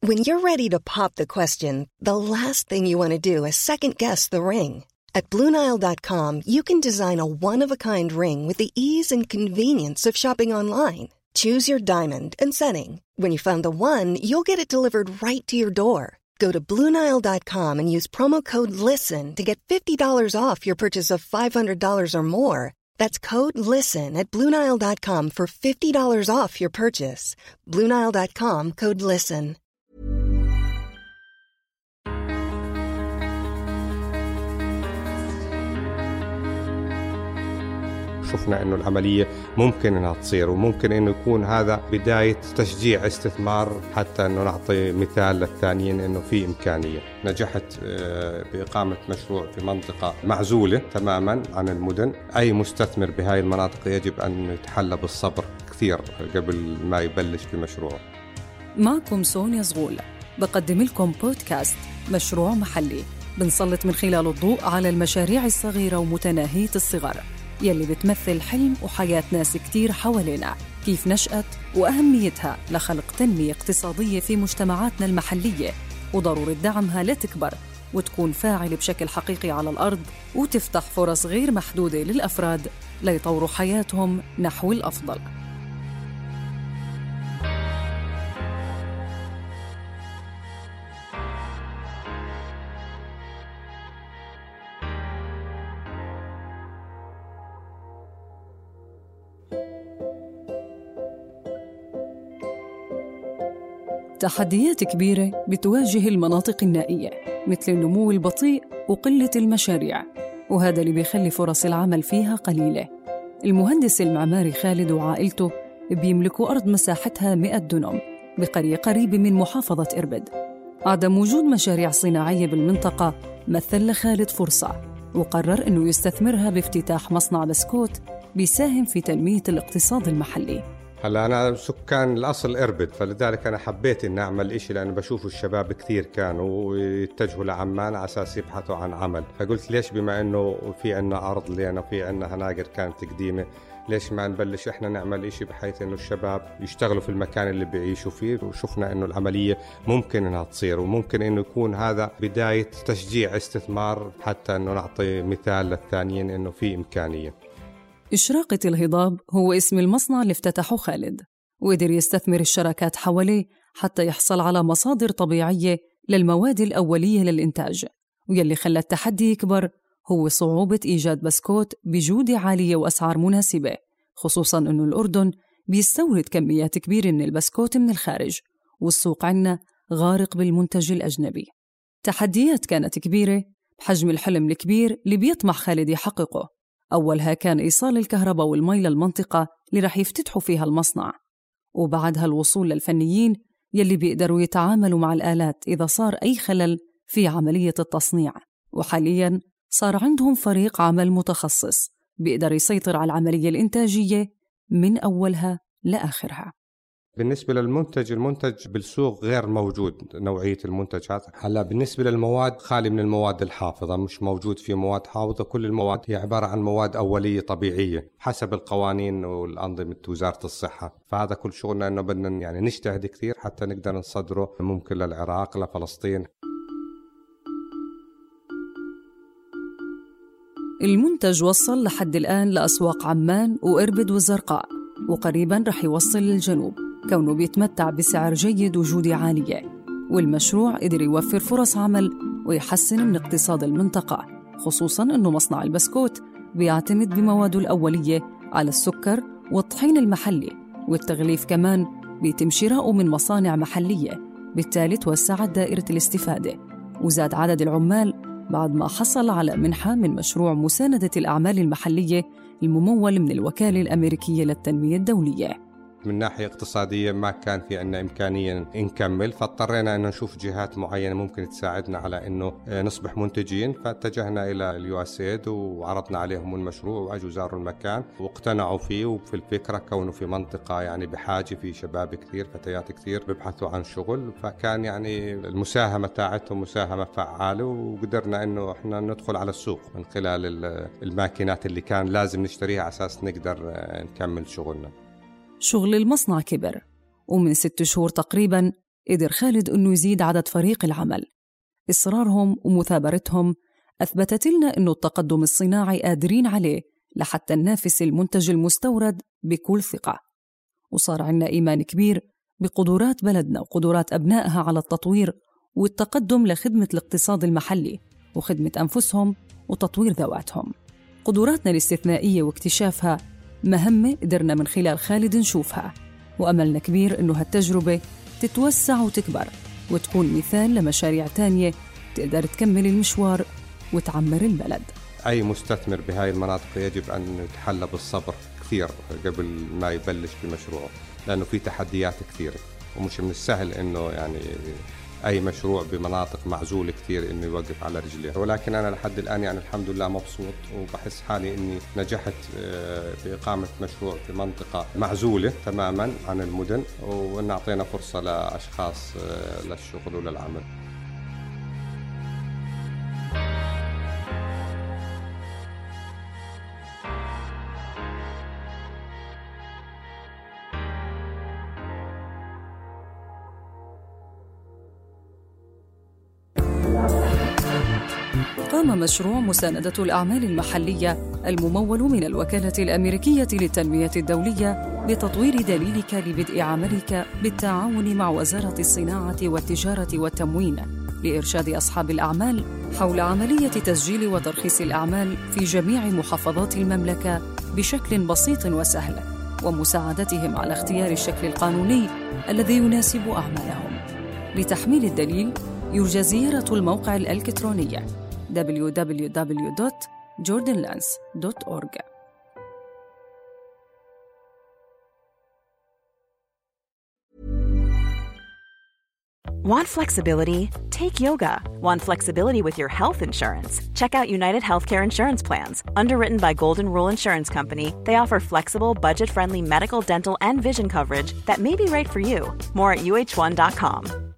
When you're ready to pop the question, the last thing you want to do is second-guess the ring. At BlueNile.com, you can design a one-of-a-kind ring with the ease and convenience of shopping online. Choose your diamond and setting. When you find the one, you'll get it delivered right to your door. Go to BlueNile.com and use promo code LISTEN to get $50 off your purchase of $500 or more. That's code LISTEN at BlueNile.com for $50 off your purchase. BlueNile.com, code LISTEN. شفنا إنه العملية ممكن إنها تصير، وممكن إنه يكون هذا بداية تشجيع استثمار، حتى إنه نعطي مثال للثانيين إنه في إمكانية. نجحت بإقامة مشروع في منطقة معزولة تماماً عن المدن. أي مستثمر بهاي المناطق يجب أن يتحلى بالصبر كثير قبل ما يبلش بمشروع. معكم سونيا زغول، بقدم لكم بودكاست مشروع محلي، بنسلط من خلال الضوء على المشاريع الصغيرة ومتناهية الصغر يلي بتمثل حلم وحياة ناس كتير حوالينا، كيف نشأت وأهميتها لخلق تنمية اقتصادية في مجتمعاتنا المحلية، وضرورة دعمها لتكبر وتكون فاعلة بشكل حقيقي على الأرض، وتفتح فرص غير محدودة للأفراد ليطوروا حياتهم نحو الأفضل. تحديات كبيرة بتواجه المناطق النائية، مثل النمو البطيء وقلة المشاريع، وهذا اللي بيخلي فرص العمل فيها قليلة. المهندس المعماري خالد وعائلته بيملكوا أرض مساحتها 100 دنم بقرية قريبة من محافظة إربد. عدم وجود مشاريع صناعية بالمنطقة مثل لخالد فرصة، وقرر أنه يستثمرها بافتتاح مصنع بسكوت بيساهم في تنمية الاقتصاد المحلي. هلا أنا سكان الأصل إربد، فلذلك أنا حبيت إن أعمل إشي، لأنه بشوف الشباب كثير كانوا يتجهوا لعمان على أساس يبحثوا عن عمل. فقلت ليش بما إنه في عنا أرض لنا وفي عنا هناجر كانت قديمة، ليش ما نبلش إحنا نعمل إشي بحيث إنه الشباب يشتغلوا في المكان اللي بيعيشوا فيه. وشفنا إنه العملية ممكن إنها تصير، وممكن إنه يكون هذا بداية تشجيع استثمار، حتى إنه نعطي مثال للثانيين إنه في إمكانية. إشراقة الهضاب هو اسم المصنع اللي افتتحه خالد، وقدر يستثمر الشركات حواليه حتى يحصل على مصادر طبيعية للمواد الأولية للإنتاج. ويلي خلى التحدي يكبر هو صعوبة إيجاد بسكوت بجودة عالية وأسعار مناسبة، خصوصاً أنه الأردن بيستورد كميات كبيرة من البسكوت من الخارج، والسوق عنا غارق بالمنتج الأجنبي. تحديات كانت كبيرة بحجم الحلم الكبير اللي بيطمح خالد يحققه. أولها كان إيصال الكهرباء والمي للمنطقة اللي رح يفتتحوا فيها المصنع، وبعدها الوصول للفنيين يلي بيقدروا يتعاملوا مع الآلات إذا صار أي خلل في عملية التصنيع. وحالياً صار عندهم فريق عمل متخصص بيقدر يسيطر على العملية الإنتاجية من أولها لآخرها. بالنسبة للمنتج، المنتج بالسوق غير موجود نوعية المنتجات. هلا بالنسبة للمواد خالي من المواد الحافظة، مش موجود في مواد حافظة. كل المواد هي عبارة عن مواد أولية طبيعية حسب القوانين والأنظمة وزارة الصحة. فهذا كل شغلنا إنه بدنا يعني نجتهد كثير حتى نقدر نصدره ممكن للعراق لفلسطين. المنتج وصل لحد الآن لأسواق عمان وإربد والزرقاء، وقريباً رح يوصل للجنوب، كونه بيتمتع بسعر جيد وجودة عالية. والمشروع قدر يوفر فرص عمل ويحسن من اقتصاد المنطقة، خصوصاً أنه مصنع البسكوت بيعتمد بمواده الأولية على السكر والطحين المحلي، والتغليف كمان بيتم شراؤه من مصانع محلية. بالتالي توسعت دائرة الاستفادة وزاد عدد العمال بعد ما حصل على منحة من مشروع مساندة الأعمال المحلية الممول من الوكالة الأمريكية للتنمية الدولية. من ناحية اقتصادية ما كان في عنا إمكانية نكمل، فاضطرينا أن نشوف جهات معينة ممكن تساعدنا على أنه نصبح منتجين. فاتجهنا إلى الUSAID وعرضنا عليهم المشروع، وأجوا زاروا المكان واقتنعوا فيه وفي الفكرة، كونه في منطقة يعني بحاجة، في شباب كثير، فتيات كثير بيبحثوا عن شغل. فكان يعني المساهمة تاعتهم مساهمة فعالة، وقدرنا أنه إحنا ندخل على السوق من خلال الماكينات اللي كان لازم نشتريها على أساس نقدر نكمل شغلنا. شغل المصنع كبر، ومن 6 شهور تقريباً قدر خالد أنه يزيد عدد فريق العمل. إصرارهم ومثابرتهم أثبتت لنا أنه التقدم الصناعي قادرين عليه لحتى ننافس المنتج المستورد بكل ثقة. وصار عنا إيمان كبير بقدرات بلدنا وقدرات أبنائها على التطوير والتقدم لخدمة الاقتصاد المحلي وخدمة أنفسهم وتطوير ذواتهم. قدراتنا الاستثنائية واكتشافها مهمة قدرنا من خلال خالد نشوفها، وأملنا كبير إنه هالتجربة تتوسع وتكبر وتكون مثال لمشاريع تانية تقدر تكمل المشوار وتعمر البلد. أي مستثمر بهاي المناطق يجب أن يتحلى بالصبر كثير قبل ما يبلش بمشروعه، لأنه في تحديات كثيرة ومش من السهل إنه يعني أي مشروع بمناطق معزولة كثير إنه يوقف على رجليه. ولكن أنا لحد الآن يعني الحمد لله مبسوط وبحس حالي إني نجحت بإقامة مشروع في منطقة معزولة تماما عن المدن، وإن أعطينا فرصة لأشخاص للشغل وللعمل. قام مشروع مساندة الأعمال المحلية الممول من الوكالة الأمريكية للتنمية الدولية بتطوير دليلك لبدء عملك بالتعاون مع وزارة الصناعة والتجارة والتموين لإرشاد أصحاب الأعمال حول عملية تسجيل وترخيص الأعمال في جميع محافظات المملكة بشكل بسيط وسهل، ومساعدتهم على اختيار الشكل القانوني الذي يناسب أعمالهم. لتحميل الدليل يرجى زيارة الموقع الإلكتروني www.jordanlance.org. Want flexibility? Take yoga. Want flexibility with your health insurance? Check out United Healthcare Insurance Plans. Underwritten by Golden Rule Insurance Company, they offer flexible, budget-friendly medical, dental, and vision coverage that may be right for you. More at uh1.com.